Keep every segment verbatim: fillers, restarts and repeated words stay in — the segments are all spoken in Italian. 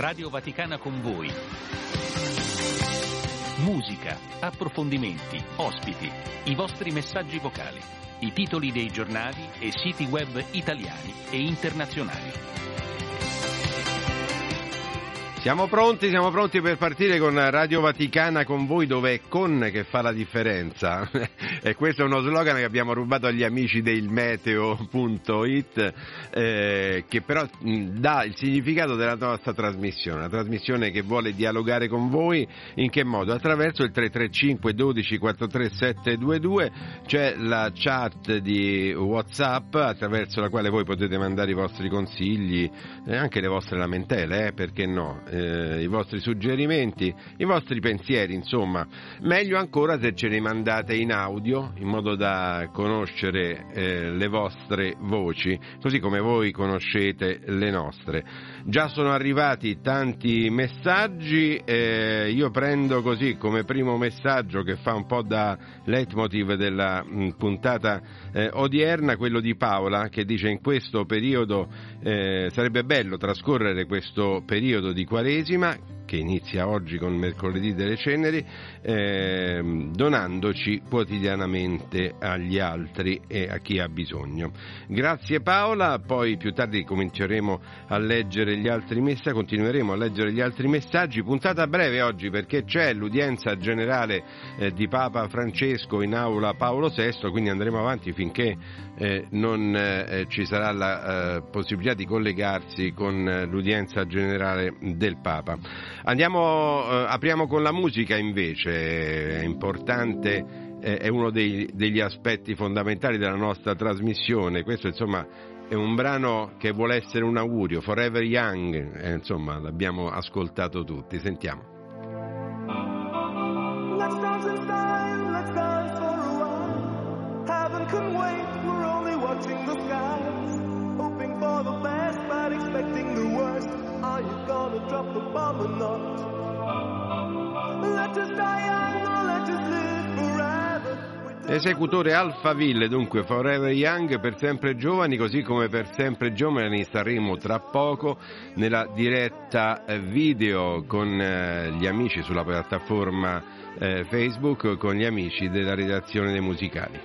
Radio Vaticana con voi. Musica, approfondimenti, ospiti, i vostri messaggi vocali, i titoli dei giornali e siti web italiani e internazionali. Siamo pronti, siamo pronti per partire con Radio Vaticana con voi, dove è con che fa la differenza. E questo è uno slogan che abbiamo rubato agli amici del meteo punto it, eh, che però mh, dà il significato della nostra trasmissione, una trasmissione che vuole dialogare con voi. In che modo? Attraverso il tre tre cinque dodici quarantatré settecentoventidue, c'è la chat di WhatsApp attraverso la quale voi potete mandare i vostri consigli, eh, anche le vostre lamentele, eh, perché no? Eh, i vostri suggerimenti, i vostri pensieri, insomma. Meglio ancora se ce li mandate in audio, in modo da conoscere eh, le vostre voci, così come voi conoscete le nostre. Già sono arrivati tanti messaggi, eh, io prendo così come primo messaggio, che fa un po' da leitmotiv della mh, puntata eh, odierna, quello di Paola, che dice: in questo periodo eh, sarebbe bello trascorrere questo periodo di Quaresima, che inizia oggi con mercoledì delle ceneri, eh, donandoci quotidianamente agli altri e a chi ha bisogno. Grazie Paola. Poi più tardi cominceremo a leggere gli altri messaggi, continueremo a leggere gli altri messaggi. Puntata breve oggi perché c'è l'udienza generale eh, di Papa Francesco in aula Paolo sesto, quindi andremo avanti finché eh, non eh, ci sarà la eh, possibilità di collegarsi con eh, l'udienza generale del Papa. Andiamo, eh, apriamo con la musica invece, è importante, eh, è uno dei, degli aspetti fondamentali della nostra trasmissione. Questo insomma è un brano che vuole essere un augurio, Forever Young, eh, insomma l'abbiamo ascoltato tutti, sentiamo. Let's dance in style, let's dance for a while. Heaven can wait, we're only watching the skies. Hoping for the best, but expecting the worst. Are you gonna drop the bomb or not? Let us die young or let us live forever. Esecutore Alphaville, dunque Forever Young, per sempre giovani, così come per sempre giovani staremo tra poco nella diretta video con gli amici sulla piattaforma eh, Facebook, con gli amici della redazione dei musicali.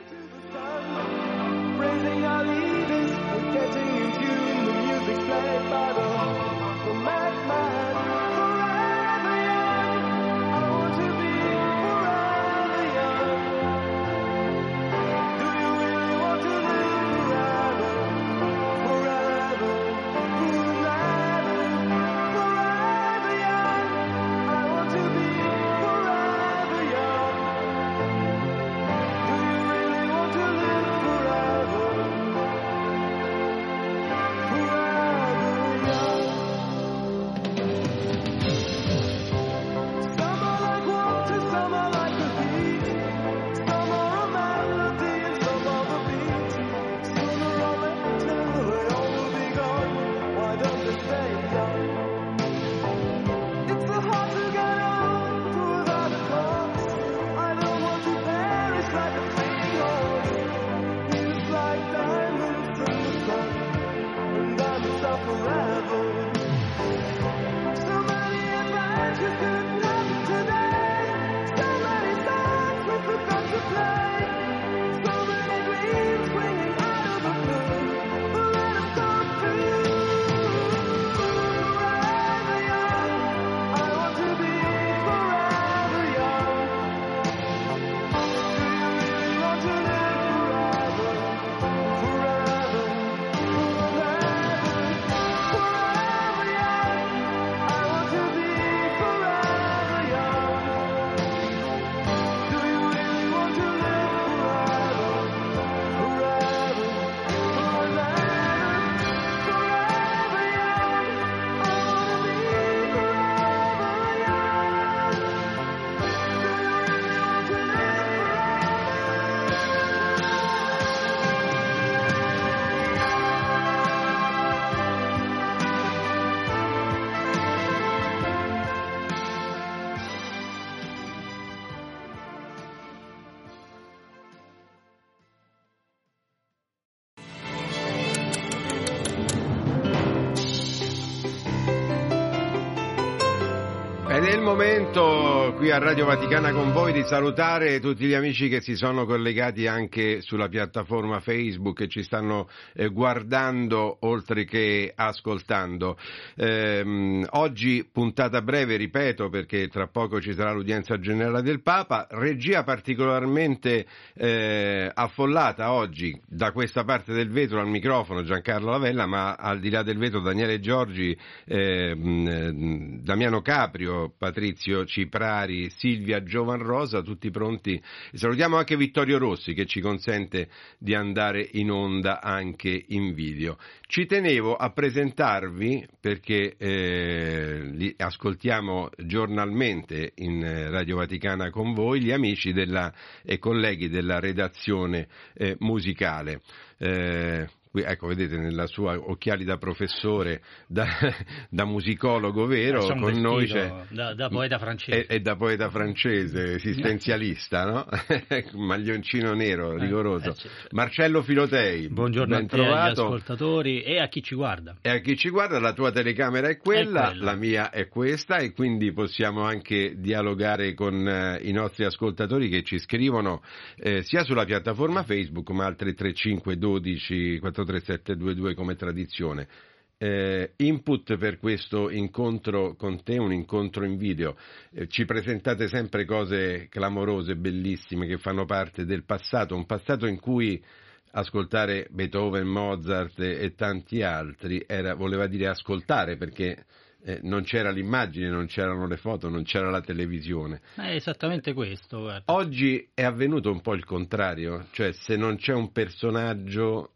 il momento qui a Radio Vaticana con voi di salutare tutti gli amici che si sono collegati anche sulla piattaforma Facebook e ci stanno eh, guardando oltre che ascoltando. Eh, oggi puntata breve, ripeto, perché tra poco ci sarà l'udienza generale del Papa, regia particolarmente eh, affollata oggi da questa parte del vetro al microfono Giancarlo Lavella, ma al di là del vetro Daniele Giorgi, eh, Damiano Caprio, Patrizio Ciprari, Silvia Giovanrosa, tutti pronti. Salutiamo anche Vittorio Rossi che ci consente di andare in onda anche in video. Ci tenevo a presentarvi perché eh, li ascoltiamo giornalmente in Radio Vaticana con voi, gli amici della, e colleghi della redazione eh, musicale. Eh, Ecco, vedete, nella sua occhiali da professore, da, da musicologo vero, con con noi c'è... Da, da poeta francese. E, e da poeta francese, esistenzialista, no? Maglioncino nero, rigoroso. Eh, eh, Marcello Filotei, buongiorno ben a te, agli trovato. Ascoltatori e a chi ci guarda. E a chi ci guarda, la tua telecamera è quella, è quella. La mia è questa, e quindi possiamo anche dialogare con eh, i nostri ascoltatori che ci scrivono eh, sia sulla piattaforma Facebook, ma al tre tre cinque dodici quattro tre sette due due come tradizione. Eh, input per questo incontro con te, un incontro in video. Eh, ci presentate sempre cose clamorose, bellissime, che fanno parte del passato, un passato in cui ascoltare Beethoven, Mozart e, e tanti altri era, voleva dire ascoltare, perché eh, non c'era l'immagine, non c'erano le foto, non c'era la televisione. È esattamente questo. Guarda. Oggi è avvenuto un po' il contrario, cioè se non c'è un personaggio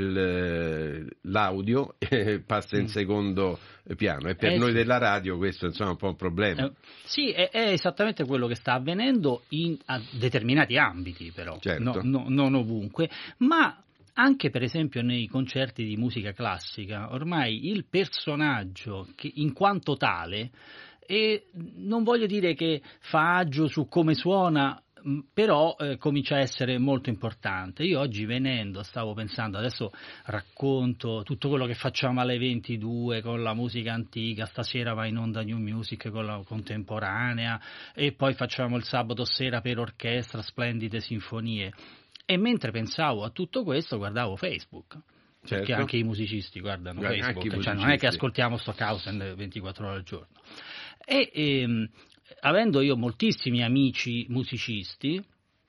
l'audio eh, passa in secondo piano, e per eh, noi sì. della radio questo insomma è un po' un problema. Eh, sì, è, è esattamente quello che sta avvenendo in a determinati ambiti, però, certo. no, no, non ovunque, ma anche per esempio nei concerti di musica classica, ormai il personaggio che in quanto tale, e non voglio dire che fa agio su come suona, però eh, comincia a essere molto importante. Io oggi venendo stavo pensando, adesso racconto tutto quello che facciamo alle ventidue con la musica antica, stasera va in onda New Music con la contemporanea, e poi facciamo il sabato sera per orchestra splendide sinfonie, e mentre pensavo a tutto questo guardavo Facebook. Certo. Perché anche i musicisti guardano Guarda, Facebook, cioè musicisti. non è che ascoltiamo Stockhausen ventiquattro ore al giorno. E ehm, avendo io moltissimi amici musicisti,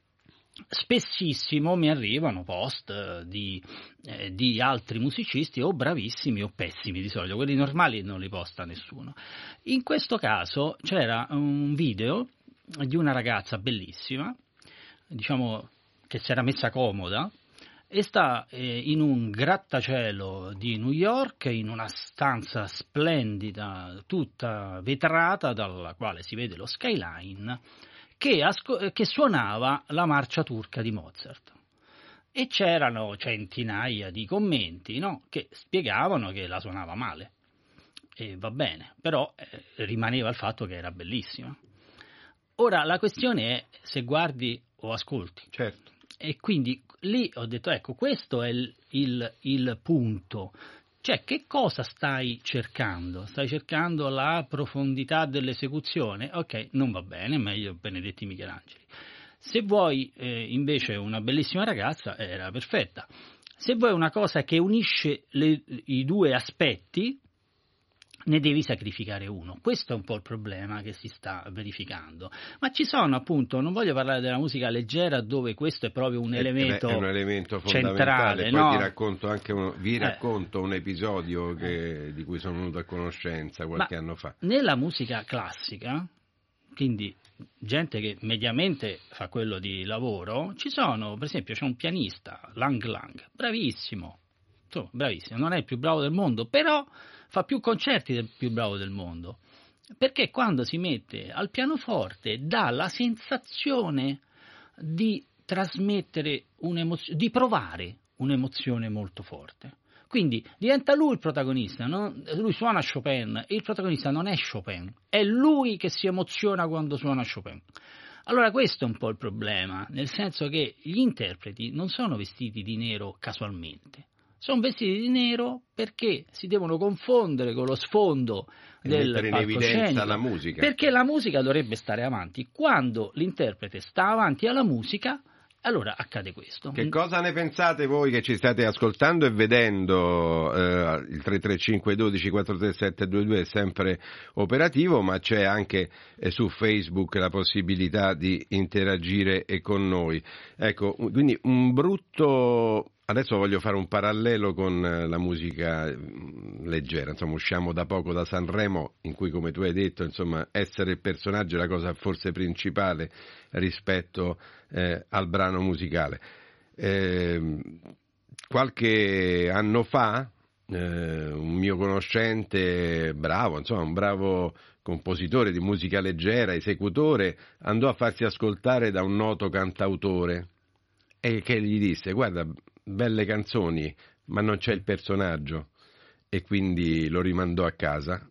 spessissimo mi arrivano post di, eh, di altri musicisti o bravissimi o pessimi, di solito quelli normali non li posta nessuno. In questo caso c'era un video di una ragazza bellissima, diciamo che si era messa comoda, e sta eh, in un grattacielo di New York, in una stanza splendida, tutta vetrata, dalla quale si vede lo skyline, che, asco- che suonava la marcia turca di Mozart. E c'erano centinaia di commenti, no, che spiegavano che la suonava male. E va bene, però eh, rimaneva il fatto che era bellissima. Ora, la questione è se guardi o ascolti. Certo. E quindi lì ho detto, ecco, questo è il, il, il punto. Cioè, che cosa stai cercando? Stai cercando la profondità dell'esecuzione? Ok, non va bene, meglio Benedetti Michelangeli. Se vuoi eh, invece una bellissima ragazza, era perfetta. Se vuoi una cosa che unisce le, i due aspetti, ne devi sacrificare uno. Questo è un po' il problema che si sta verificando. Ma ci sono, appunto, non voglio parlare della musica leggera dove questo è proprio un è, elemento è un elemento centrale. fondamentale. Poi No? ti racconto anche un, vi eh. racconto un episodio che, di cui sono venuto a conoscenza qualche Ma anno fa. Nella musica classica, quindi gente che mediamente fa quello di lavoro, ci sono, per esempio, c'è un pianista, Lang Lang, bravissimo, insomma, bravissimo, non è il più bravo del mondo, però fa più concerti del più bravo del mondo, perché quando si mette al pianoforte dà la sensazione di trasmettere un'emozione, di provare un'emozione molto forte. Quindi diventa lui il protagonista, no? Lui suona Chopin e il protagonista non è Chopin, è lui che si emoziona quando suona Chopin. Allora questo è un po' il problema, nel senso che gli interpreti non sono vestiti di nero casualmente, Sono vestiti di nero perché si devono confondere con lo sfondo e del mettere in evidenza palcoscenico, la musica. perché la musica dovrebbe stare avanti. Quando l'interprete sta avanti alla musica, allora accade questo. Che cosa ne pensate voi che ci state ascoltando e vedendo? Eh, il tre tre cinque uno due quattro tre sette due due è sempre operativo, ma c'è anche eh, su Facebook la possibilità di interagire e con noi. Ecco, quindi un brutto... Adesso voglio fare un parallelo con la musica leggera, insomma usciamo da poco da Sanremo, in cui, come tu hai detto, insomma essere il personaggio è la cosa forse principale rispetto eh, al brano musicale. Eh, qualche anno fa eh, un mio conoscente bravo, insomma un bravo compositore di musica leggera, esecutore, andò a farsi ascoltare da un noto cantautore e che gli disse: guarda, belle canzoni, ma non c'è il personaggio, e quindi lo rimandò a casa.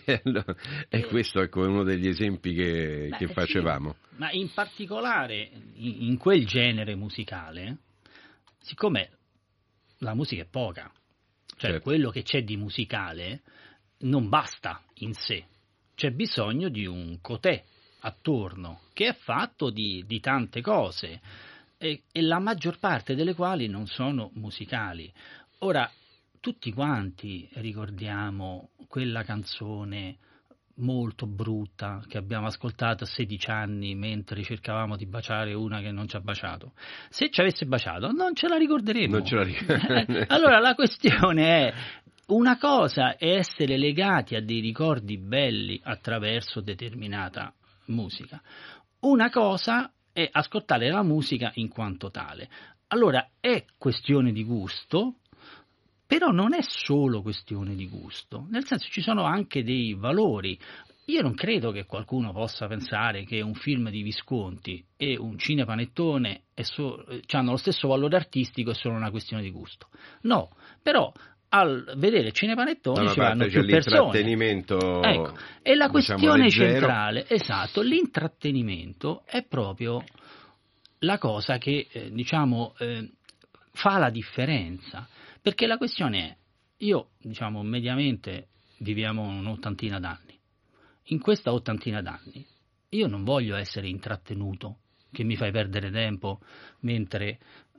E questo è uno degli esempi che, Beh, che facevamo. Sì, ma in particolare in, in quel genere musicale, siccome la musica è poca, cioè certo. quello che c'è di musicale non basta in sé, c'è bisogno di un cotè attorno che è fatto di, di tante cose, e, e la maggior parte delle quali non sono musicali. Ora, tutti quanti ricordiamo quella canzone molto brutta che abbiamo ascoltato a sedici anni mentre cercavamo di baciare una che non ci ha baciato. Se ci avesse baciato non ce la ricorderemo. Non ce la ricorderemo. Allora la questione è: una cosa è essere legati a dei ricordi belli attraverso determinata musica, una cosa è ascoltare la musica in quanto tale. Allora è questione di gusto, però non è solo questione di gusto, nel senso ci sono anche dei valori. Io non credo che qualcuno possa pensare che un film di Visconti e un cinepanettone so, hanno lo stesso valore artistico, è solo una questione di gusto. No, però al vedere Cinepanettone ci vanno più persone. L'intrattenimento, ecco, e la diciamo, questione leggero. centrale, esatto, l'intrattenimento è proprio la cosa che eh, diciamo eh, fa la differenza, perché la questione è: io diciamo mediamente viviamo un'ottantina d'anni, in questa ottantina d'anni io non voglio essere intrattenuto, che mi fai perdere tempo mentre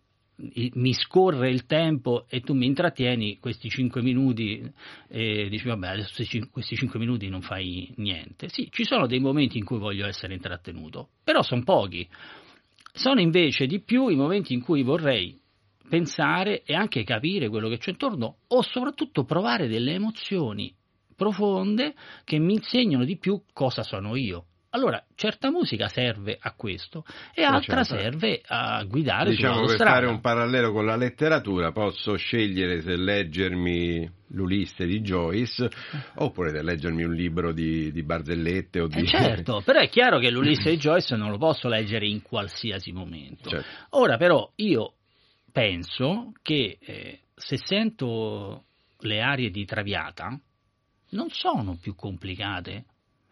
mi scorre il tempo e tu mi intrattieni questi cinque minuti e dici vabbè adesso questi cinque minuti non fai niente. Sì, ci sono dei momenti in cui voglio essere intrattenuto, però sono pochi. Sono invece di più i momenti in cui vorrei pensare e anche capire quello che c'è intorno, o soprattutto provare delle emozioni profonde che mi insegnano di più cosa sono io. Allora, certa musica serve a questo e altra certo. serve a guidare diciamo per sull'autostrada. fare un parallelo con la letteratura, posso scegliere se leggermi l'Ulisse di Joyce oppure se leggermi un libro di, di barzellette o di... Eh certo, però è chiaro che l'Ulisse di Joyce non lo posso leggere in qualsiasi momento. Certo. Ora però io penso che eh, se sento le arie di Traviata non sono più complicate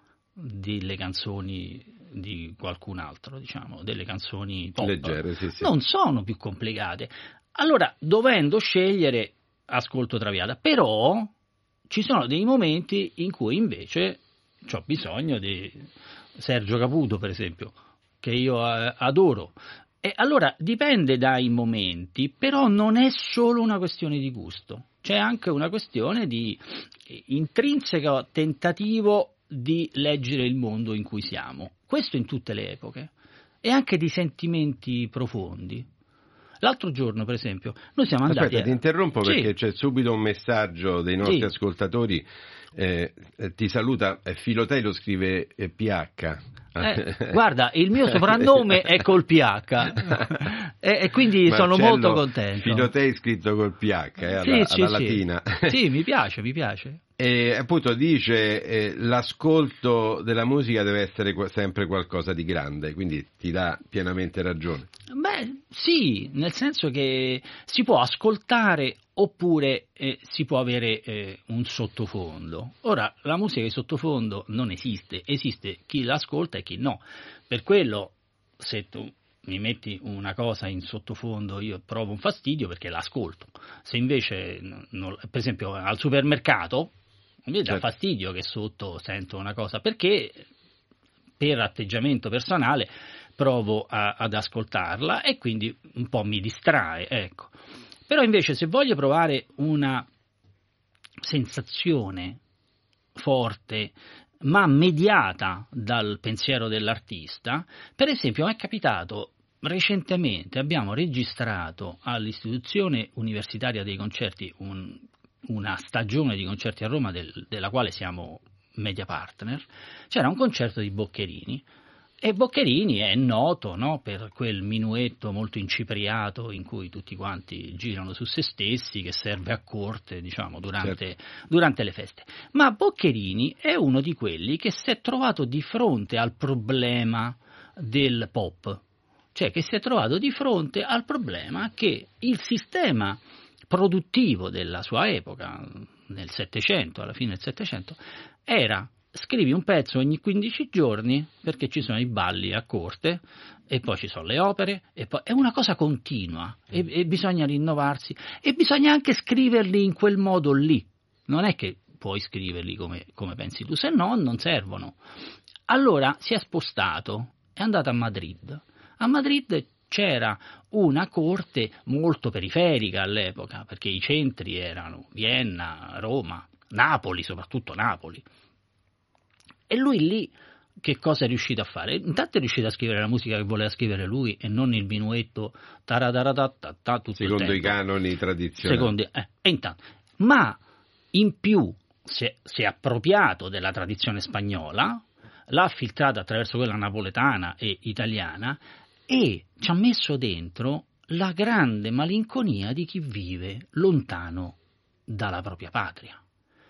delle canzoni di qualcun altro, diciamo, delle canzoni pop. Leggere, sì, sì. Non sono più complicate. Allora, dovendo scegliere, ascolto Traviata, però ci sono dei momenti in cui invece ho bisogno di Sergio Caputo, per esempio, che io adoro. E allora dipende dai momenti, però non è solo una questione di gusto, c'è anche una questione di intrinseco tentativo di leggere il mondo in cui siamo, questo in tutte le epoche, e anche di sentimenti profondi. L'altro giorno, per esempio, noi siamo andati... Aspetta, a... ti interrompo sì. perché c'è subito un messaggio dei nostri sì. ascoltatori. Eh, eh, ti saluta eh, Filotei, lo scrive eh, P H. Eh, guarda, il mio soprannome è col P H e, e quindi Marcello sono molto contento. Filotei scritto col P H, eh, alla, sì, sì, alla sì. latina. Sì, mi piace, mi piace. E appunto dice eh, l'ascolto della musica deve essere sempre qualcosa di grande, quindi ti dà pienamente ragione. Beh, sì, nel senso che si può ascoltare oppure eh, si può avere eh, un sottofondo. Ora, la musica di sottofondo non esiste, esiste chi l'ascolta e chi no. Per quello, se tu mi metti una cosa in sottofondo io provo un fastidio perché l'ascolto. Se invece, non, per esempio al supermercato, mi dà fastidio che sotto sento una cosa, perché per atteggiamento personale provo a, ad ascoltarla e quindi un po' mi distrae, ecco. Però invece se voglio provare una sensazione forte ma mediata dal pensiero dell'artista, per esempio mi è capitato recentemente, abbiamo registrato all'Istituzione Universitaria dei Concerti un, una stagione di concerti a Roma del, della quale siamo media partner, c'era un concerto di Boccherini. E Boccherini è noto, no, per quel minuetto molto incipriato in cui tutti quanti girano su se stessi, che serve a corte, diciamo, durante, certo. durante le feste. Ma Boccherini è uno di quelli che si è trovato di fronte al problema del pop, cioè che si è trovato di fronte al problema che il sistema produttivo della sua epoca, nel Settecento, alla fine del Settecento, era: scrivi un pezzo ogni quindici giorni perché ci sono i balli a corte e poi ci sono le opere e poi è una cosa continua e, e bisogna rinnovarsi e bisogna anche scriverli in quel modo lì, non è che puoi scriverli come, come pensi tu, se no non servono. Allora si è spostato, è andato a Madrid. A Madrid c'era una corte molto periferica all'epoca, perché i centri erano Vienna, Roma, Napoli, soprattutto Napoli. E lui lì che cosa è riuscito a fare? Intanto è riuscito a scrivere la musica che voleva scrivere lui e non il minuetto taradaratatata tutto secondo il tempo. i canoni tradizionali. Secondo, eh, e intanto, ma in più si è, si è appropriato della tradizione spagnola, l'ha filtrata attraverso quella napoletana e italiana e ci ha messo dentro la grande malinconia di chi vive lontano dalla propria patria.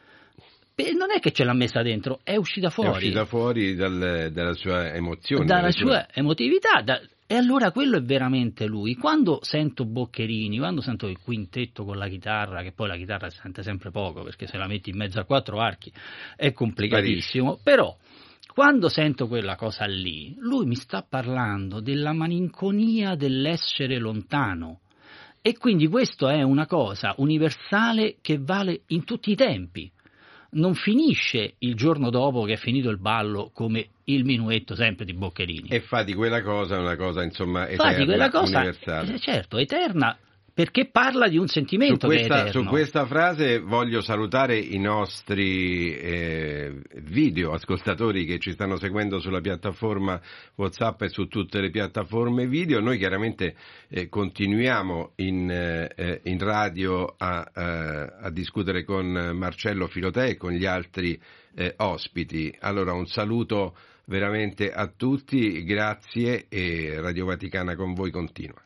Non è che ce l'ha messa dentro, è uscita fuori. È uscita fuori dal, dalla sua emozione. Dalla sua sue... emotività. Da... E allora quello è veramente lui. Quando sento Boccherini, quando sento il quintetto con la chitarra, che poi la chitarra si sente sempre poco, perché se la metti in mezzo a quattro archi è complicatissimo, Parisci. Però quando sento quella cosa lì, lui mi sta parlando della malinconia dell'essere lontano. E quindi questo è una cosa universale che vale in tutti i tempi. Non finisce il giorno dopo che è finito il ballo come il minuetto sempre di Boccherini. E fa di quella cosa una cosa, insomma, eterna, fa di quella cosa, universale. Eh, certo, eterna, perché parla di un sentimento su questa, che è eterno. Su questa frase voglio salutare i nostri eh, video ascoltatori che ci stanno seguendo sulla piattaforma WhatsApp e su tutte le piattaforme video. Noi chiaramente eh, continuiamo in, eh, in radio a, a, a discutere con Marcello Filotei e con gli altri eh, ospiti. Allora un saluto veramente a tutti, grazie, e Radio Vaticana con voi continua.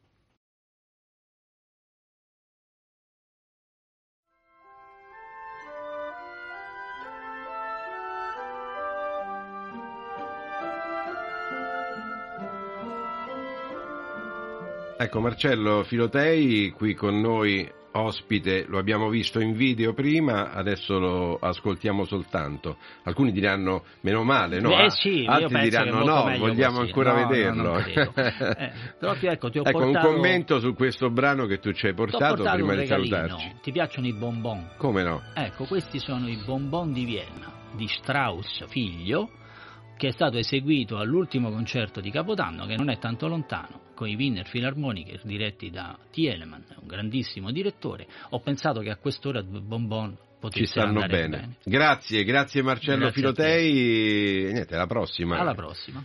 Ecco, Marcello Filotei qui con noi, ospite, lo abbiamo visto in video prima, adesso lo ascoltiamo soltanto. Alcuni diranno meno male, no? Eh sì, altri diranno no, vogliamo così. ancora no, vederlo. No, eh, proprio, ecco, ti ho ecco portato... un commento su questo brano che tu ci hai portato, portato prima un di salutarci. Ti piacciono i bonbon? Come no? Ecco, questi sono i bonbon di Vienna, di Strauss figlio, che è stato eseguito all'ultimo concerto di Capodanno, che non è tanto lontano, con i Wiener Philharmoniker diretti da Thielemann, un grandissimo direttore. Ho pensato che a quest'ora due bonbon potessero ci stanno andare bene. bene. Grazie, grazie Marcello grazie Filotei, e niente, alla prossima. Alla prossima.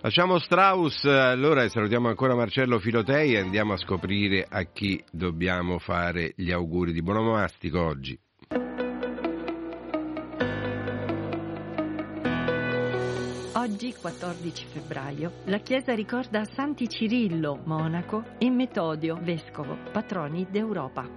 Lasciamo Strauss allora e salutiamo ancora Marcello Filotei e andiamo a scoprire a chi dobbiamo fare gli auguri di buon onomastico oggi. Oggi, quattordici febbraio, la Chiesa ricorda Santi Cirillo, monaco, e Metodio, vescovo, patroni d'Europa.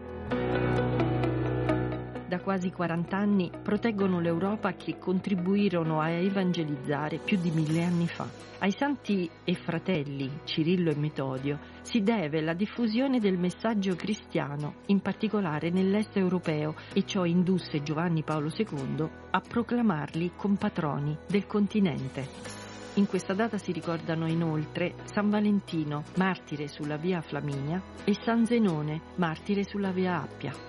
Da quasi quaranta anni proteggono l'Europa che contribuirono a evangelizzare più di mille anni fa. Ai santi e fratelli Cirillo e Metodio si deve la diffusione del messaggio cristiano, in particolare nell'est europeo, e ciò indusse Giovanni Paolo secondo a proclamarli compatroni del continente. In questa data si ricordano inoltre San Valentino, martire sulla via Flaminia, e San Zenone, martire sulla via Appia.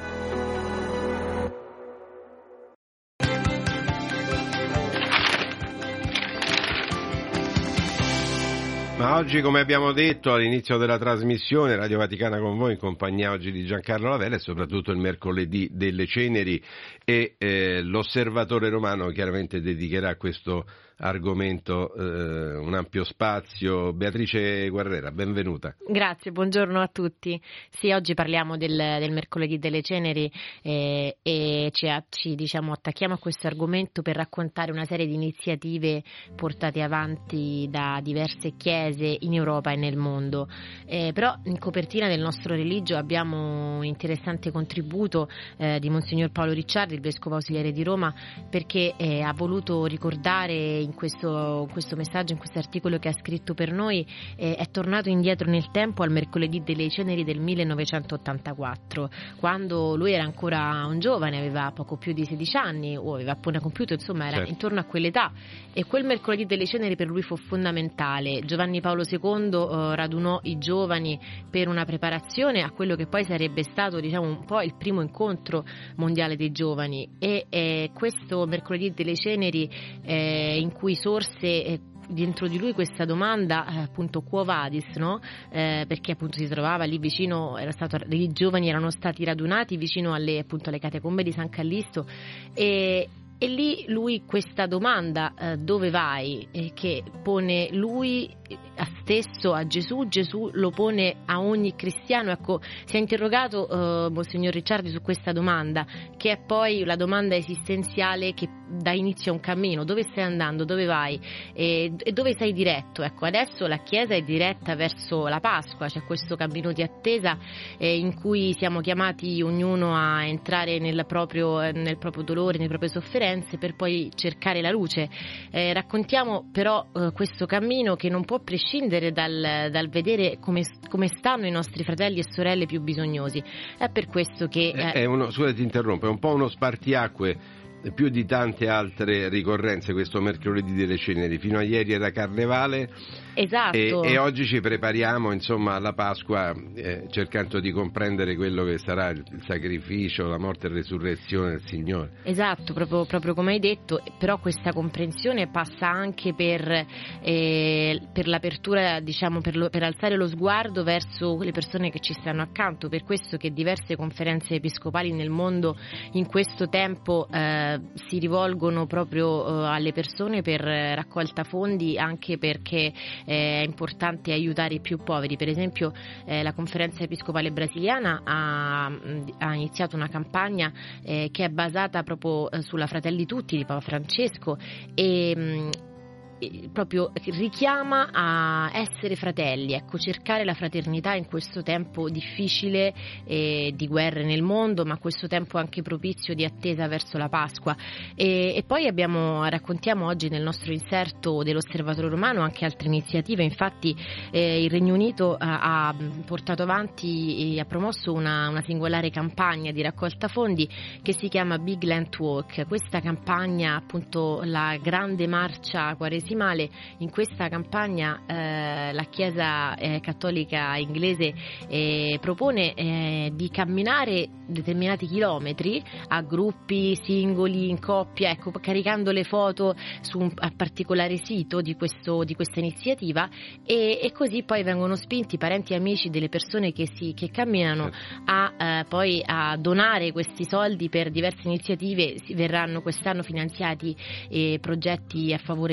Ma oggi, come abbiamo detto all'inizio della trasmissione, Radio Vaticana con voi in compagnia oggi di Giancarlo Lavella e soprattutto il mercoledì delle ceneri, e eh, l'Osservatore Romano chiaramente dedicherà a questo argomento eh, un ampio spazio. Beatrice Guerrera, benvenuta. Grazie, buongiorno a tutti. Sì, oggi parliamo del, del mercoledì delle ceneri eh, e ci, ci diciamo, attacchiamo a questo argomento per raccontare una serie di iniziative portate avanti da diverse chiese in Europa e nel mondo. Eh, però in copertina del nostro religio abbiamo un interessante contributo eh, di Monsignor Paolo Ricciardi, il Vescovo Ausiliare di Roma, perché eh, ha voluto ricordare in questo, questo messaggio, in questo articolo che ha scritto per noi, eh, è tornato indietro nel tempo al mercoledì delle ceneri del millenovecentottantaquattro, quando lui era ancora un giovane, aveva poco più di sedici anni o aveva appena compiuto, insomma era certo. intorno a quell'età, e quel mercoledì delle ceneri per lui fu fondamentale. Giovanni Paolo secondo eh, radunò i giovani per una preparazione a quello che poi sarebbe stato, diciamo, un po' il primo incontro mondiale dei giovani, e eh, questo mercoledì delle ceneri eh, in cui sorse eh, dentro di lui questa domanda, eh, appunto quo vadis, no? Eh, perché appunto si trovava lì vicino, era stato, i giovani erano stati radunati vicino alle, appunto, alle catacombe di San Callisto, e E lì lui questa domanda, eh, dove vai, eh, che pone lui a stesso, a Gesù, Gesù lo pone a ogni cristiano. Ecco, si è interrogato eh, Monsignor Ricciardi su questa domanda, che è poi la domanda esistenziale che dà inizio a un cammino. Dove stai andando, dove vai e, e dove sei diretto? Ecco, adesso la Chiesa è diretta verso la Pasqua, c'è questo cammino di attesa eh, in cui siamo chiamati ognuno a entrare nel proprio, nel proprio dolore, nelle proprie sofferenze, per poi cercare la luce. Eh, raccontiamo però eh, questo cammino che non può prescindere dal, dal vedere come, come stanno i nostri fratelli e sorelle più bisognosi. È per questo che... Eh... È uno, scusa ti interrompo, è un po' uno spartiacque più di tante altre ricorrenze questo mercoledì delle ceneri. Fino a ieri era Carnevale, esatto, e, e oggi ci prepariamo insomma alla Pasqua, eh, cercando di comprendere quello che sarà il, il sacrificio, la morte e la resurrezione del Signore. Esatto, proprio, proprio come hai detto, però questa comprensione passa anche per, eh, per l'apertura, diciamo, per, lo, per alzare lo sguardo verso le persone che ci stanno accanto. Per questo che diverse conferenze episcopali nel mondo in questo tempo eh, si rivolgono proprio uh, alle persone per uh, raccolta fondi, anche perché eh, è importante aiutare i più poveri. Per esempio eh, la Conferenza Episcopale Brasiliana ha, ha iniziato una campagna eh, che è basata proprio eh, sulla Fratelli Tutti di Papa Francesco, e mh, proprio richiama a essere fratelli, ecco, cercare la fraternità in questo tempo difficile eh, di guerre nel mondo, ma questo tempo anche propizio di attesa verso la Pasqua. E, e poi abbiamo, raccontiamo oggi nel nostro inserto dell'Osservatore Romano anche altre iniziative. Infatti eh, il Regno Unito ha, ha portato avanti e ha promosso una, una singolare campagna di raccolta fondi che si chiama Big Lent Walk. Questa campagna, appunto, la grande marcia quaresimale. In questa campagna eh, la Chiesa eh, cattolica inglese eh, propone eh, di camminare determinati chilometri a gruppi, singoli, in coppia, ecco, caricando le foto su un particolare sito di, questo, di questa iniziativa, e, e così poi vengono spinti parenti e amici delle persone che, si, che camminano a eh, poi a donare questi soldi per diverse iniziative. Si verranno quest'anno finanziati eh, progetti a favore della Libia,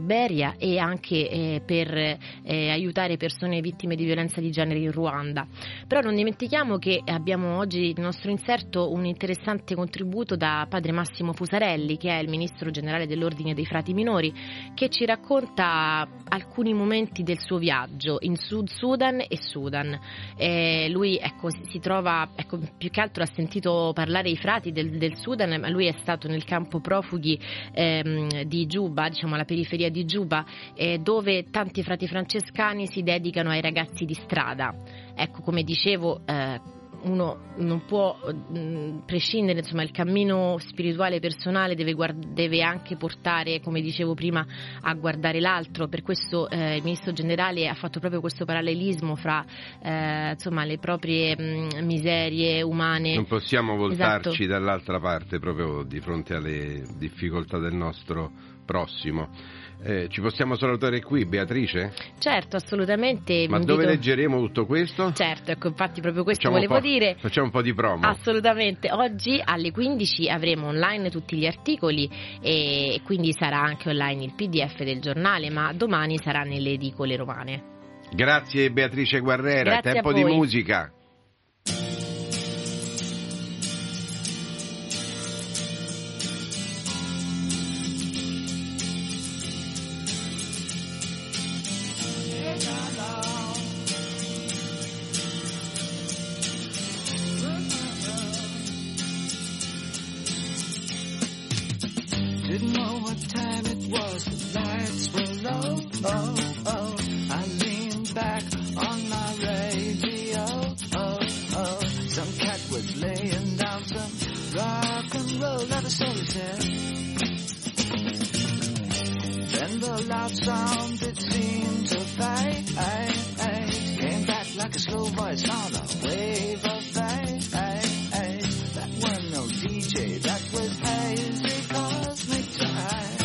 Liberia e anche eh, per eh, aiutare persone vittime di violenza di genere in Ruanda. Però non dimentichiamo che abbiamo oggi nel nostro inserto un interessante contributo da padre Massimo Fusarelli, che è il ministro generale dell'Ordine dei Frati Minori, che ci racconta alcuni momenti del suo viaggio in Sud Sudan e Sudan. Eh, lui ecco, si trova, ecco, più che altro ha sentito parlare i frati del, del Sudan, ma lui è stato nel campo profughi ehm, di Giuba, diciamo alla periferia di Giuba, eh, dove tanti frati francescani si dedicano ai ragazzi di strada. Ecco, come dicevo, eh, uno non può mh, prescindere, insomma, il cammino spirituale personale deve, guard- deve anche portare, come dicevo prima, a guardare l'altro. Per questo eh, il ministro generale ha fatto proprio questo parallelismo fra eh, insomma le proprie mh, miserie umane. Non possiamo voltarci esatto. dall'altra parte proprio di fronte alle difficoltà del nostro prossimo. Eh, ci possiamo salutare qui, Beatrice? Certo, assolutamente. Ma invito... dove leggeremo tutto questo? Certo, ecco, infatti proprio questo facciamo volevo dire. Facciamo un po' di promo. Assolutamente, oggi alle quindici avremo online tutti gli articoli e quindi sarà anche online il P D F del giornale, ma domani sarà nelle edicole romane. Grazie Beatrice Guerrera, Grazie tempo a di voi. musica. Didn't know what time it was, the lights were low, oh, oh. I leaned back on my radio, oh, oh. Some cat was laying down some rock and roll that a soul said. Then the loud sound it seemed to fade, came back like a slow voice on a wave of fade. That wasn't no D J, that was hazy cosmic time.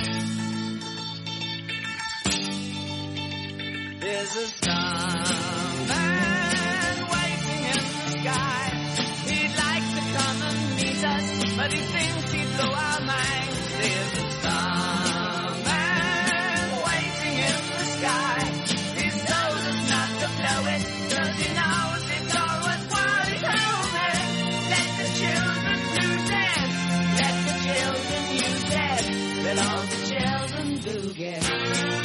There's a starman waiting in the sky. He'd like to come and meet us, but he thinks he'd blow our minds. There's a starman waiting in the sky. He's told us not to blow it, 'cause he knows it's all worthwhile. He told me, let the children do dance, let the children use dance, let all the children do get.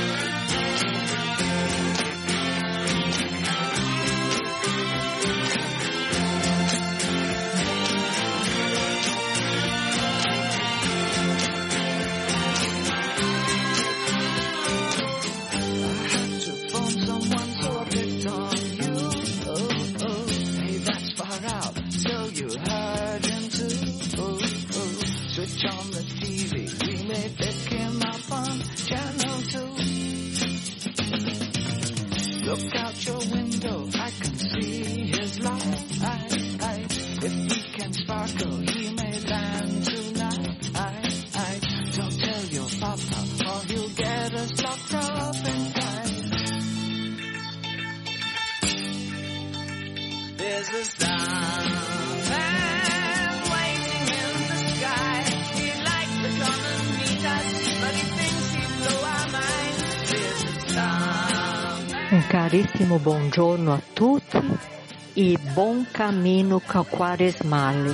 Switch on the T V, we may pick him up on channel two. Look out your window, I can see his light. If he can sparkle, he may land tonight. Don't tell your papa, or he'll get us locked up in time. There's a star. Un carissimo buongiorno a tutti e buon cammino quaresmale.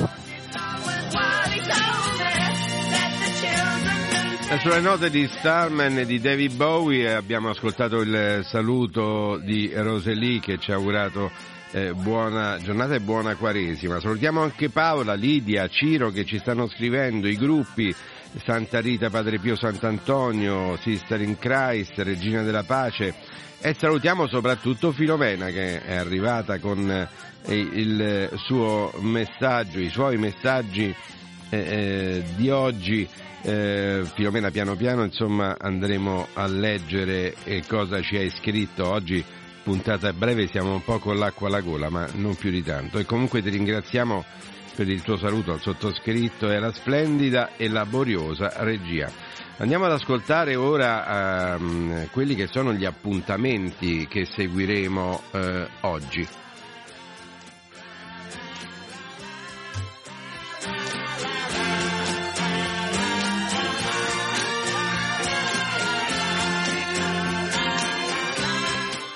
Sulle note di Starman e di David Bowie abbiamo ascoltato il saluto di Rosalie che ci ha augurato eh, buona giornata e buona Quaresima. Salutiamo anche Paola, Lidia, Ciro che ci stanno scrivendo, i gruppi Santa Rita, Padre Pio Sant'Antonio, Sister in Christ, Regina della Pace, e salutiamo soprattutto Filomena che è arrivata con eh, il suo messaggio, i suoi messaggi eh, eh, di oggi. Eh, Filomena, piano piano insomma andremo a leggere eh, cosa ci hai scritto oggi. Puntata breve, siamo un po' con l'acqua alla gola, ma non più di tanto, e comunque ti ringraziamo per il tuo saluto al sottoscritto e alla splendida e laboriosa regia. Andiamo ad ascoltare ora ehm, quelli che sono gli appuntamenti che seguiremo eh, oggi.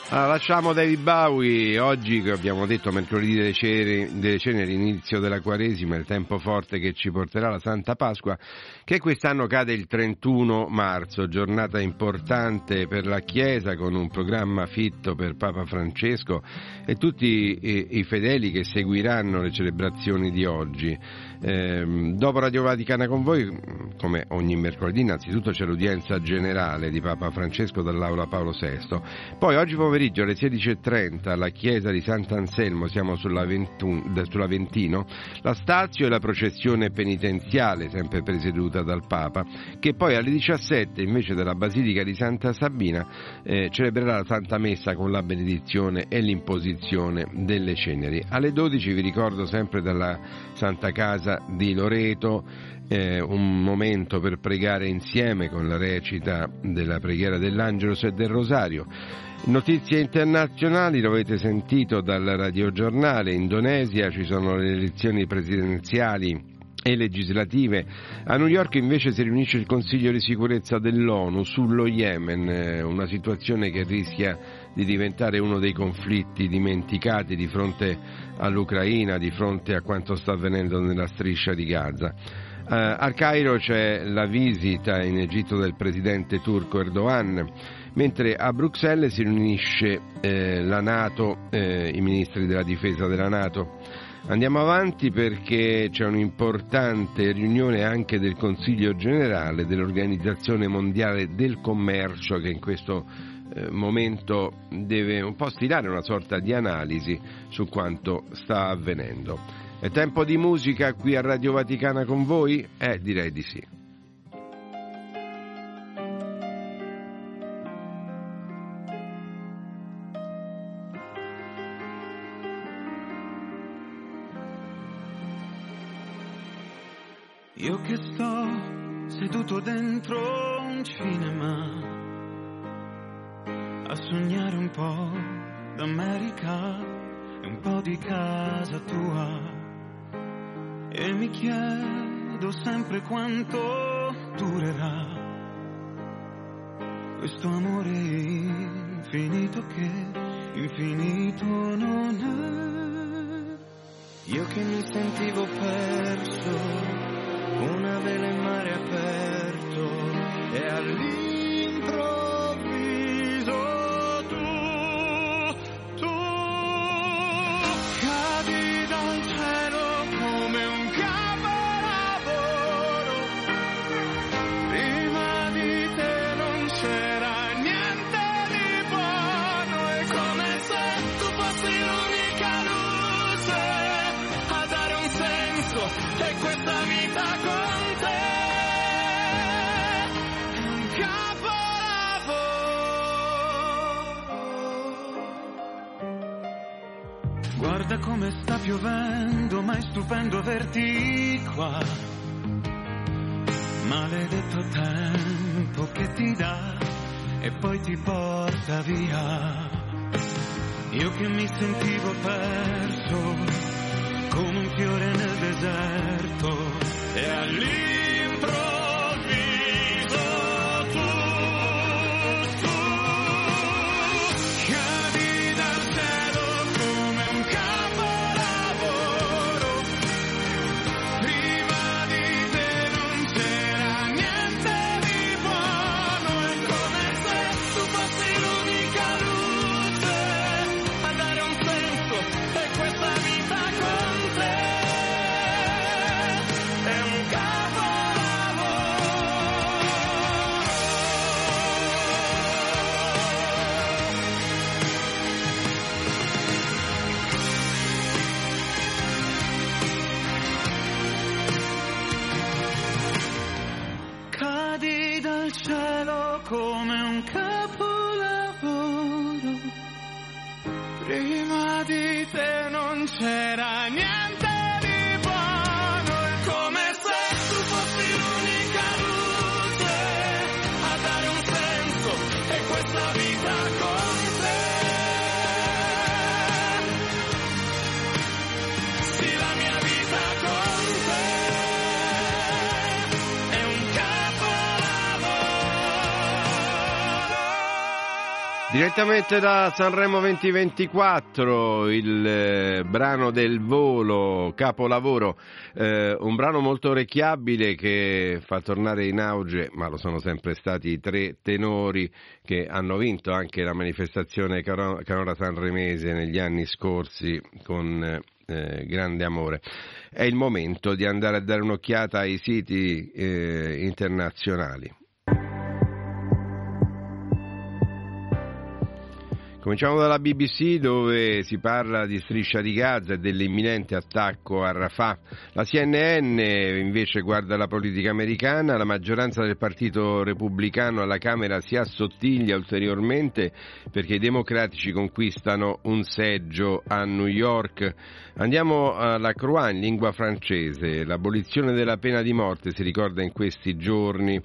Allora, lasciamo David Bowie. Oggi, che abbiamo detto, mercoledì delle ceneri, delle ceneri, inizio della Quaresima, il tempo forte che ci porterà la Santa Pasqua, che quest'anno cade il trentuno marzo, giornata importante per la Chiesa, con un programma fitto per Papa Francesco e tutti i, i fedeli che seguiranno le celebrazioni di oggi. Eh, dopo Radio Vaticana con voi, come ogni mercoledì, innanzitutto c'è l'udienza generale di Papa Francesco dall'Aula Paolo sesto. Poi oggi pomeriggio alle sedici e trenta alla chiesa di Sant'Anselmo, siamo sulla, ventuno, sulla Ventino, la stazio e la processione penitenziale, sempre presieduta dal Papa, che poi alle diciassette invece della Basilica di Santa Sabina eh, celebrerà la Santa Messa con la benedizione e l'imposizione delle ceneri. Alle dodici vi ricordo sempre dalla Santa Casa di Loreto eh, un momento per pregare insieme con la recita della preghiera dell'Angelus e del Rosario. Notizie internazionali, lo avete sentito dal radiogiornale. Indonesia, ci sono le elezioni presidenziali e legislative. A New York invece si riunisce il Consiglio di sicurezza dell'ONU sullo Yemen, una situazione che rischia di diventare uno dei conflitti dimenticati di fronte all'Ucraina, di fronte a quanto sta avvenendo nella striscia di Gaza. Uh, al Cairo c'è la visita in Egitto del presidente turco Erdogan, mentre a Bruxelles si riunisce eh, la NATO, eh, i ministri della difesa della NATO. Andiamo avanti perché c'è un'importante riunione anche del Consiglio generale dell'Organizzazione Mondiale del Commercio, che in questo eh, momento deve un po' stilare una sorta di analisi su quanto sta avvenendo. È tempo di musica qui a Radio Vaticana con voi? Eh, direi di sì. Io che sto seduto dentro un cinema a sognare un po' d'America e un po' di casa tua, e mi chiedo sempre quanto durerà questo amore infinito che infinito non è. Io che mi sentivo perso, una vela in mare aperto, e all'improvviso tu, tu cadi dal cielo come un capolavoro. Prima di te non c'era niente di buono, è come se tu fossi l'unica luce a dare un senso e questa vita con guarda come sta piovendo, ma è stupendo averti qua. Maledetto tempo che ti dà e poi ti porta via. Io che mi sentivo perso come un fiore nel deserto, e all'improvviso tu, tu cadi dal cielo come un capolavoro. Prima di te non c'era niente di buono, è come se tu fossi l'unica luce a dare un senso e questa vita con te è un cadi dal cielo come un capolavoro. Prima di te non c'era niente di buono, è come se tu fossi l'unica luce a dare un senso e questa vita con te. Sì, la mia vita con te è un capolavoro. Direttamente da Sanremo duemilaventiquattro, il eh, brano del volo, capolavoro, eh, un brano molto orecchiabile che fa tornare in auge, ma lo sono sempre stati i tre tenori che hanno vinto anche la manifestazione canora sanremese negli anni scorsi con eh, grande amore. È il momento di andare a dare un'occhiata ai siti eh, internazionali. Cominciamo dalla B B C, dove si parla di Striscia di Gaza e dell'imminente attacco a Rafah. La C N N invece guarda la politica americana. La maggioranza del Partito Repubblicano alla Camera si assottiglia ulteriormente perché i democratici conquistano un seggio a New York. Andiamo alla Croix in lingua francese. L'abolizione della pena di morte si ricorda in questi giorni.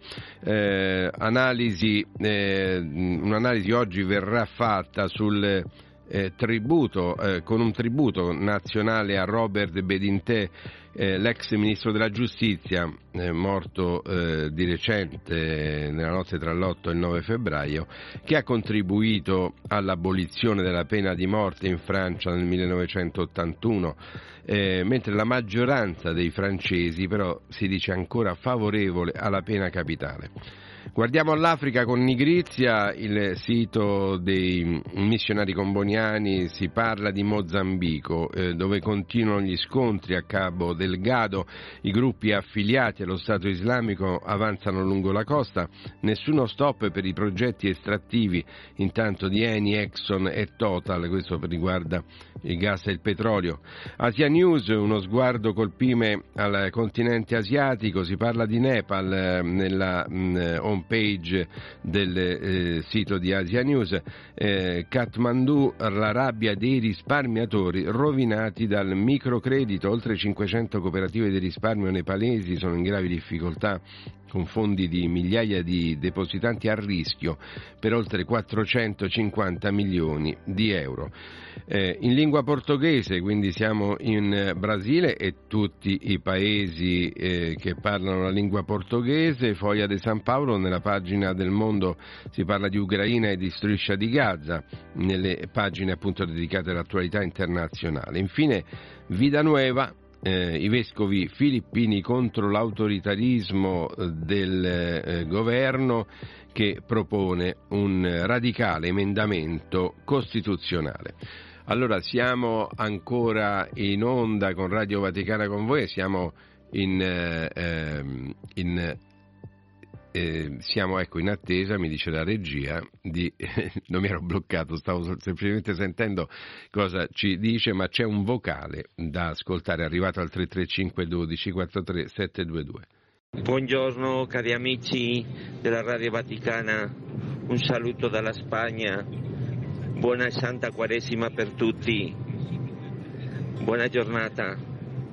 Eh, analisi, eh, un'analisi oggi verrà fatta sul eh, tributo, eh, con un tributo nazionale a Robert Badinter, eh, l'ex ministro della giustizia, eh, morto eh, di recente, nella notte tra l'otto e il nove febbraio, che ha contribuito all'abolizione della pena di morte in Francia nel millenovecentottantuno, eh, mentre la maggioranza dei francesi però si dice ancora favorevole alla pena capitale. Guardiamo all'Africa con Nigrizia, il sito dei missionari comboniani. Si parla di Mozambico, eh, dove continuano gli scontri a Cabo Delgado. I gruppi affiliati allo Stato Islamico avanzano lungo la costa. Nessuno stop per i progetti estrattivi, intanto di Eni, Exxon e Total. Questo riguarda il gas e il petrolio. Asia News, uno sguardo colpime al continente asiatico. Si parla di Nepal eh, nella mh, home page del eh, sito di Asia News. eh, Kathmandu, la rabbia dei risparmiatori rovinati dal microcredito. Oltre cinquecento cooperative di risparmio nepalesi sono in gravi difficoltà, con fondi di migliaia di depositanti a rischio per oltre quattrocentocinquanta milioni di euro. Eh, in lingua portoghese, quindi siamo in Brasile e tutti i paesi eh, che parlano la lingua portoghese. Foglia de San Paolo, nella pagina del Mondo si parla di Ucraina e di Striscia di Gaza, nelle pagine appunto dedicate all'attualità internazionale. Infine Vida Nueva, Eh, i vescovi filippini contro l'autoritarismo del eh, governo, che propone un radicale emendamento costituzionale. Allora, siamo ancora in onda con Radio Vaticana con voi, siamo in, eh, in Eh, siamo ecco in attesa, mi dice la regia, di eh, non mi ero bloccato, stavo semplicemente sentendo cosa ci dice, ma c'è un vocale da ascoltare, arrivato al tre tre cinque uno due quattro tre sette due due. Buongiorno cari amici della Radio Vaticana, un saluto dalla Spagna, buona e santa Quaresima per tutti, buona giornata.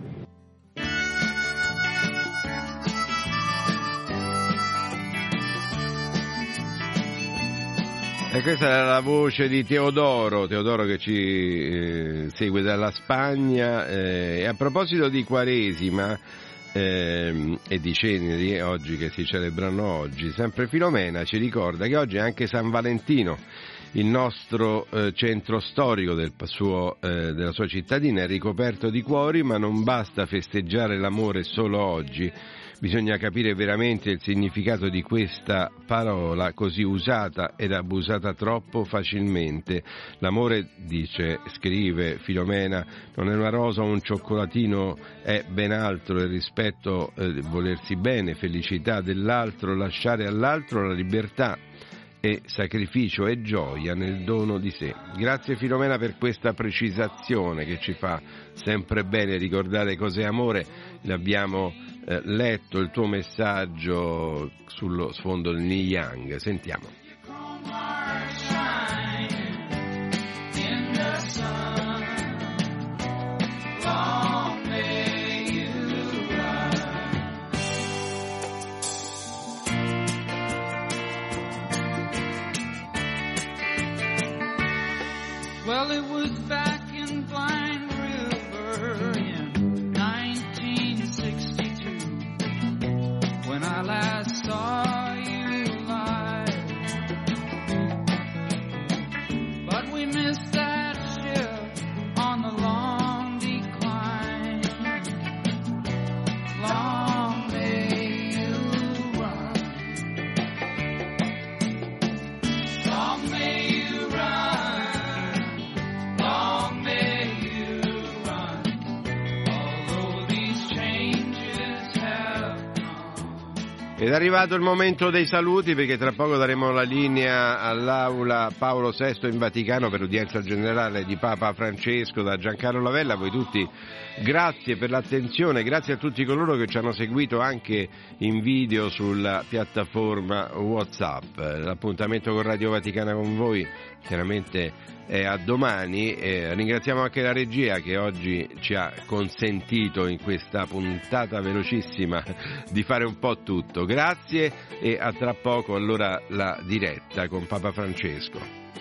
E questa era la voce di Teodoro, Teodoro che ci eh, segue dalla Spagna. Eh, e a proposito di Quaresima eh, e di ceneri, oggi che si celebrano oggi, sempre Filomena ci ricorda che oggi è anche San Valentino. Il nostro eh, centro storico del suo, eh, della sua cittadina è ricoperto di cuori, ma non basta festeggiare l'amore solo oggi. Bisogna capire veramente il significato di questa parola così usata ed abusata troppo facilmente. L'amore, dice, scrive Filomena, non è una rosa o un cioccolatino, è ben altro. Il rispetto, eh, volersi bene, felicità dell'altro, lasciare all'altro la libertà e sacrificio e gioia nel dono di sé. Grazie Filomena per questa precisazione che ci fa sempre bene ricordare cos'è amore. L'abbiamo eh, letto il tuo messaggio sullo sfondo del Neil Young. Sentiamo. Well, it was back in Blind River in nineteen sixty-two when I last saw you live. Ed è arrivato il momento dei saluti, perché tra poco daremo la linea all'aula Paolo sesto in Vaticano per l'udienza generale di Papa Francesco da Giancarlo Lavella. Voi tutti grazie per l'attenzione, grazie a tutti coloro che ci hanno seguito anche in video sulla piattaforma WhatsApp. L'appuntamento con Radio Vaticana con voi chiaramente è a domani. Eh, ringraziamo anche la regia che oggi ci ha consentito in questa puntata velocissima di fare un po' tutto. Grazie e a tra poco allora la diretta con Papa Francesco.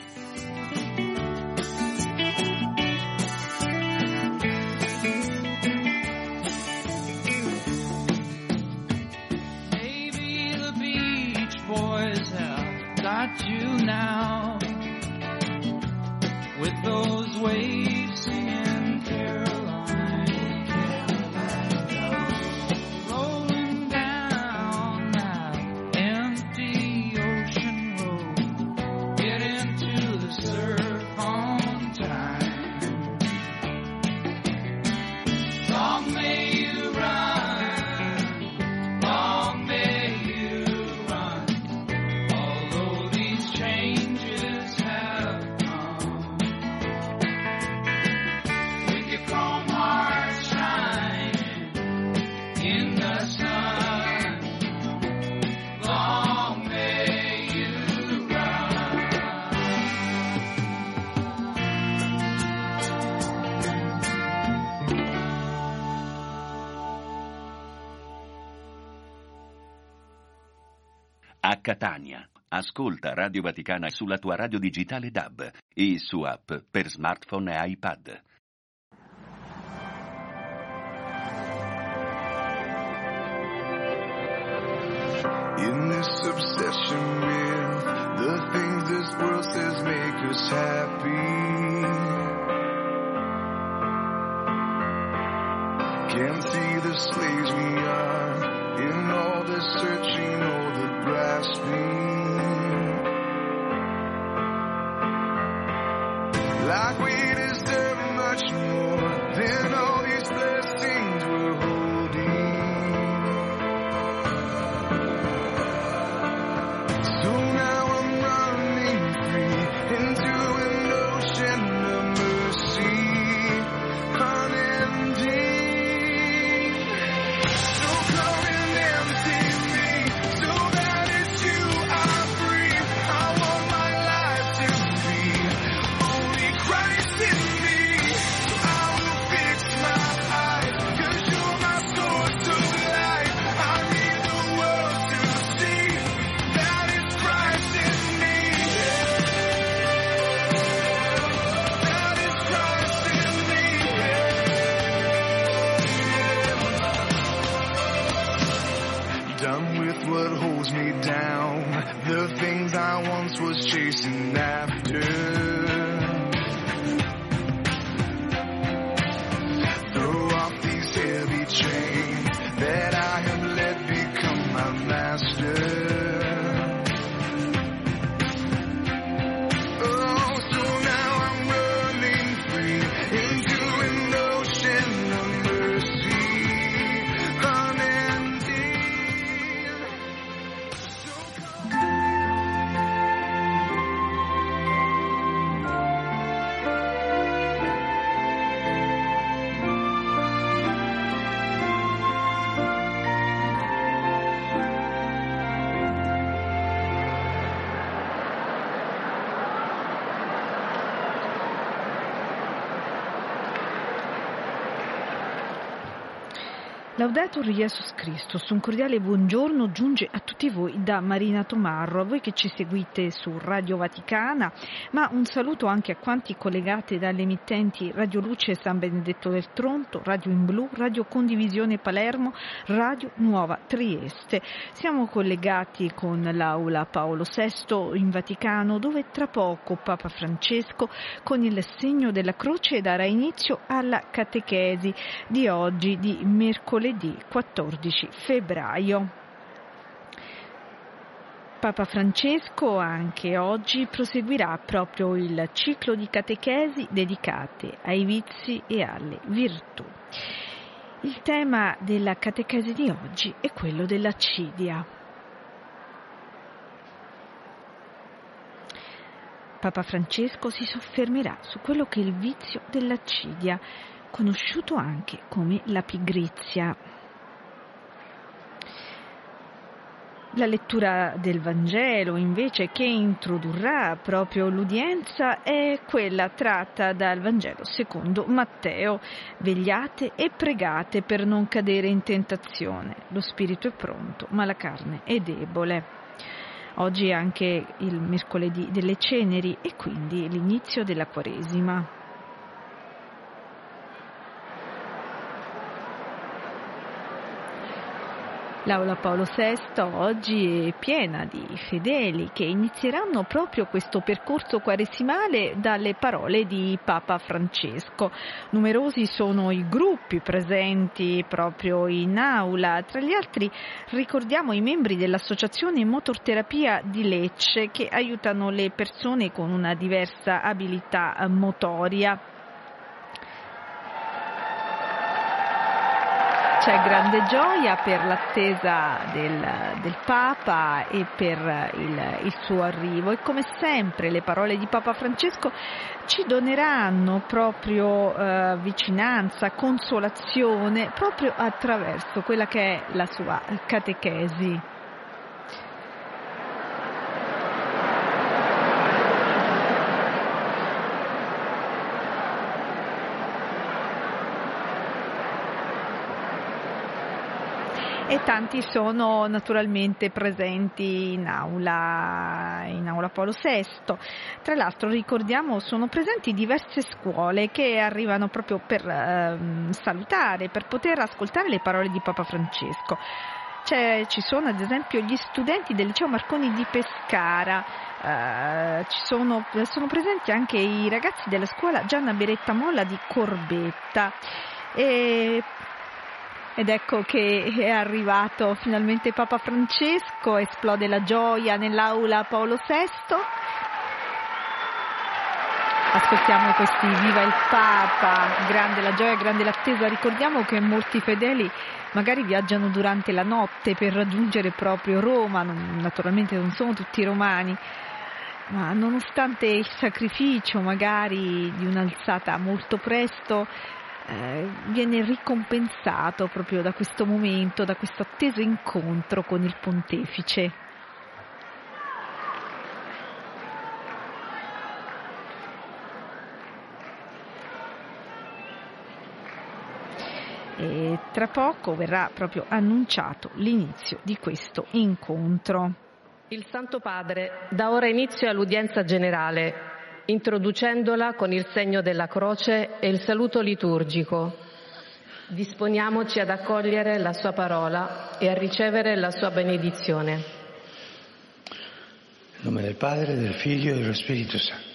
Maybe the Beach Boys have got you now, with those waves singing Caroline, Caroline, rolling down that empty ocean road, get into the surf on time. Long may you run, long may you run, although these changes have come. With your chrome heart shining in the sun, long may you run. A Catania. Ascolta Radio Vaticana sulla tua radio digitale D A B e su app per smartphone e iPad. In this obsession with the things this world says make us happy, can't see the slaves we are in all the searching, all the grasping, like we deserve much more than all these blessings we're holding. So now I'm running free into an ocean of mercy, unending. So come and empty me, so that it's you I breathe. I want my life to be only Christ in me. I will fix my eyes, 'cause you're my source of life. I need the world to see that it's Christ in me. That is Christ in me. Done with what holds me down, the things I once was chasing after. Throw off these heavy chains that I have let become my master. Oh, so now I'm running free into an ocean of mercy, unending. Laudetur Jesus Christus, un cordiale buongiorno giunge a tutti voi da Marina Tomarro, a voi che ci seguite su Radio Vaticana, ma un saluto anche a quanti collegati dalle emittenti Radio Luce San Benedetto del Tronto, Radio in Blu, Radio Condivisione Palermo, Radio Nuova Trieste. Siamo collegati con l'aula Paolo sesto in Vaticano, dove tra poco Papa Francesco con il segno della croce darà inizio alla catechesi di oggi, di mercoledì quattordici febbraio. Papa Francesco anche oggi proseguirà proprio il ciclo di catechesi dedicate ai vizi e alle virtù. Il tema della catechesi di oggi è quello dell'accidia. Papa Francesco si soffermerà su quello che è il vizio dell'accidia, conosciuto anche come la pigrizia. La lettura del Vangelo, invece, che introdurrà proprio l'udienza è quella tratta dal Vangelo secondo Matteo. Vegliate e pregate per non cadere in tentazione. Lo spirito è pronto, ma la carne è debole. Oggi è anche il mercoledì delle ceneri e quindi l'inizio della Quaresima. L'Aula Paolo sesto oggi è piena di fedeli che inizieranno proprio questo percorso quaresimale dalle parole di Papa Francesco. Numerosi sono i gruppi presenti proprio in aula, tra gli altri ricordiamo i membri dell'Associazione Motorterapia di Lecce che aiutano le persone con una diversa abilità motoria. C'è grande gioia per l'attesa del, del Papa e per il, il suo arrivo e come sempre le parole di Papa Francesco ci doneranno proprio eh, vicinanza, consolazione proprio attraverso quella che è la sua catechesi. E tanti sono naturalmente presenti in aula, in aula Paolo sesto. Tra l'altro ricordiamo sono presenti diverse scuole che arrivano proprio per eh, salutare, per poter ascoltare le parole di Papa Francesco. C'è, ci sono ad esempio gli studenti del liceo Marconi di Pescara, eh, ci sono, sono presenti anche i ragazzi della scuola Gianna Beretta Molla di Corbetta. E Ed ecco che è arrivato finalmente Papa Francesco, esplode la gioia nell'aula Paolo sesto. Ascoltiamo questi Viva il Papa, grande la gioia, grande l'attesa. Ricordiamo che molti fedeli magari viaggiano durante la notte per raggiungere proprio Roma, non, naturalmente non sono tutti romani, ma nonostante il sacrificio magari di un'alzata molto presto, Eh, viene ricompensato proprio da questo momento, da questo atteso incontro con il Pontefice. E tra poco verrà proprio annunciato l'inizio di questo incontro. Il Santo Padre dà ora inizio all'udienza generale, introducendola con il segno della croce e il saluto liturgico. Disponiamoci ad accogliere la sua parola e a ricevere la sua benedizione. Nel nome del Padre, del Figlio e dello Spirito Santo.